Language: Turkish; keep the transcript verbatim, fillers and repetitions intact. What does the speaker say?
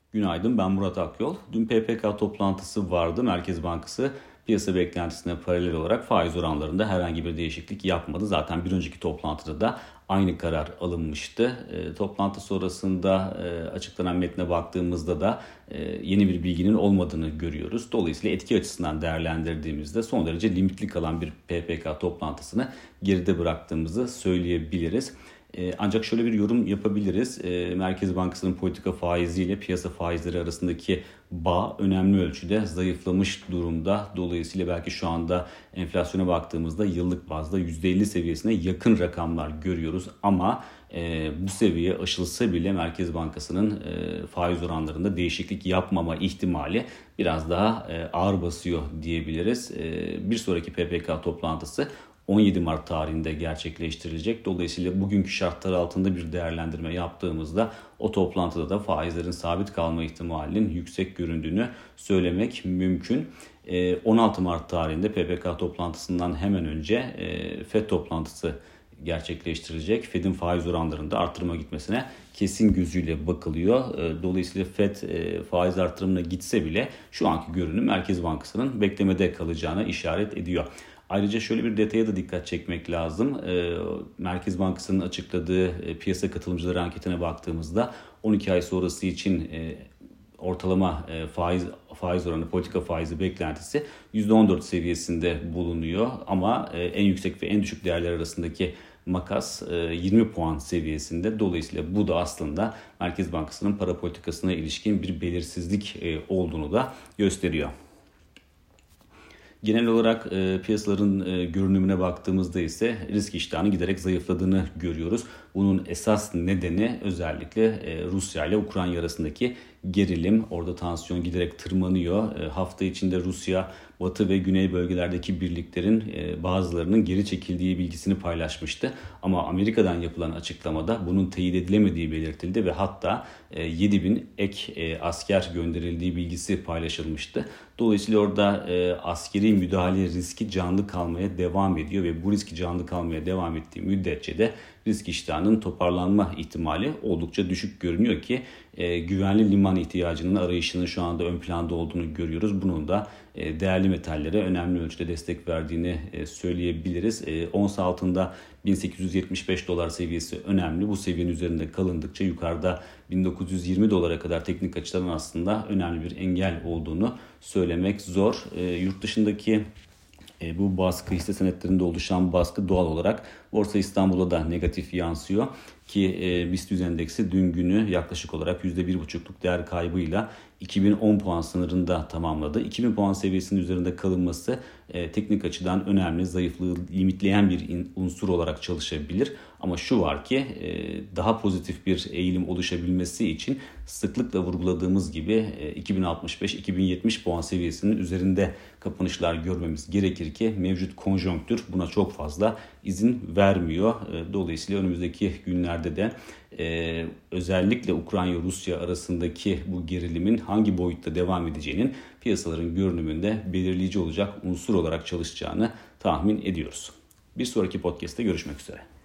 Günaydın, ben Murat Akyol. Dün P P K toplantısı vardı. Merkez Bankası piyasa beklentisine paralel olarak faiz oranlarında herhangi bir değişiklik yapmadı. Zaten bir önceki toplantıda da aynı karar alınmıştı. E, toplantı sonrasında e, açıklanan metne baktığımızda da e, yeni bir bilginin olmadığını görüyoruz. Dolayısıyla etki açısından değerlendirdiğimizde son derece limitli kalan bir P P K toplantısını geride bıraktığımızı söyleyebiliriz. Ancak şöyle bir yorum yapabiliriz. Merkez Bankası'nın politika faiziyle piyasa faizleri arasındaki bağ önemli ölçüde zayıflamış durumda. Dolayısıyla belki şu anda enflasyona baktığımızda yıllık bazda yüzde elli seviyesine yakın rakamlar görüyoruz. Ama bu seviye aşılsa bile Merkez Bankası'nın faiz oranlarında değişiklik yapmama ihtimali biraz daha ağır basıyor diyebiliriz. Bir sonraki P P K toplantısı on yedi Mart tarihinde gerçekleştirilecek. Dolayısıyla bugünkü şartlar altında bir değerlendirme yaptığımızda o toplantıda da faizlerin sabit kalma ihtimalinin yüksek göründüğünü söylemek mümkün. on altı Mart tarihinde P P K toplantısından hemen önce F E D toplantısı gerçekleştirilecek. F E D'in faiz oranlarında artırıma gitmesine kesin gözüyle bakılıyor. Dolayısıyla F E D faiz artırımına gitse bile şu anki görünüm Merkez Bankası'nın beklemede kalacağına işaret ediyor. Ayrıca şöyle bir detaya da dikkat çekmek lazım. Merkez Bankası'nın açıkladığı piyasa katılımcıları anketine baktığımızda on iki ay sonrası için ortalama faiz faiz oranı, politika faizi beklentisi yüzde on dört seviyesinde bulunuyor. Ama en yüksek ve en düşük değerler arasındaki makas yirmi puan seviyesinde. Dolayısıyla bu da aslında Merkez Bankası'nın para politikasına ilişkin bir belirsizlik olduğunu da gösteriyor. Genel olarak e, piyasaların e, görünümüne baktığımızda ise risk iştahının giderek zayıfladığını görüyoruz. Bunun esas nedeni özellikle e, Rusya ile Ukrayna arasındaki gerilim. Orada tansiyon giderek tırmanıyor. E, hafta içinde Rusya batı ve güney bölgelerdeki birliklerin e, bazılarının geri çekildiği bilgisini paylaşmıştı. Ama Amerika'dan yapılan açıklamada bunun teyit edilemediği belirtildi ve hatta e, yedi bin ek e, asker gönderildiği bilgisi paylaşılmıştı. Dolayısıyla orada e, askeri müdahale riski canlı kalmaya devam ediyor ve bu riski canlı kalmaya devam ettiği müddetçe de risk iştahının toparlanma ihtimali oldukça düşük görünüyor ki e, güvenli liman ihtiyacının arayışının şu anda ön planda olduğunu görüyoruz. Bunun da e, değerli metallere önemli ölçüde destek verdiğini e, söyleyebiliriz. E, ons altında bin sekiz yüz yetmiş beş dolar seviyesi önemli. Bu seviyenin üzerinde kalındıkça yukarıda bin dokuz yüz yirmi dolara kadar teknik açıdan aslında önemli bir engel olduğunu söylemek zor. E, yurt dışındaki E, bu baskı, hisse senetlerinde oluşan baskı doğal olarak Borsa İstanbul'a da negatif yansıyor ki e, BIST yüz endeksi dün günü yaklaşık olarak yüzde bir buçukluk değer kaybıyla iki bin on puan sınırında tamamladı. iki bin puan seviyesinin üzerinde kalınması e, teknik açıdan önemli, zayıflığı limitleyen bir in, unsur olarak çalışabilir. Ama şu var ki e, daha pozitif bir eğilim oluşabilmesi için sıklıkla vurguladığımız gibi e, iki bin altmış beş iki bin yetmiş puan seviyesinin üzerinde kapanışlar görmemiz gerekir ki mevcut konjonktür buna çok fazla izin vermiyor. E, dolayısıyla önümüzdeki günlerde de e, özellikle Ukrayna-Rusya arasındaki bu gerilimin hangi boyutta devam edeceğinin piyasaların görünümünde belirleyici olacak unsur olarak çalışacağını tahmin ediyoruz. Bir sonraki podcast'te görüşmek üzere.